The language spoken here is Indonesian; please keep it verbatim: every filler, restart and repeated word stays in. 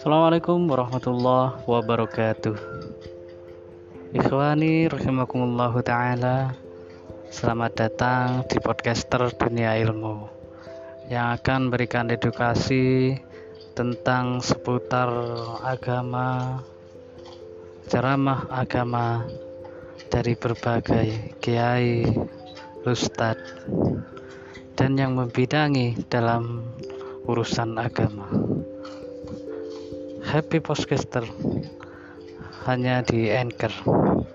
Assalamualaikum warahmatullahi wabarakatuh. Ikhwani rahimakumullahu ta'ala. Selamat datang di podcaster Dunia Ilmu yang akan berikan edukasi tentang seputar agama, ceramah agama dari berbagai kiai, ustadz, dan yang membidangi dalam urusan agama. Happy Podcaster hanya di Anchor.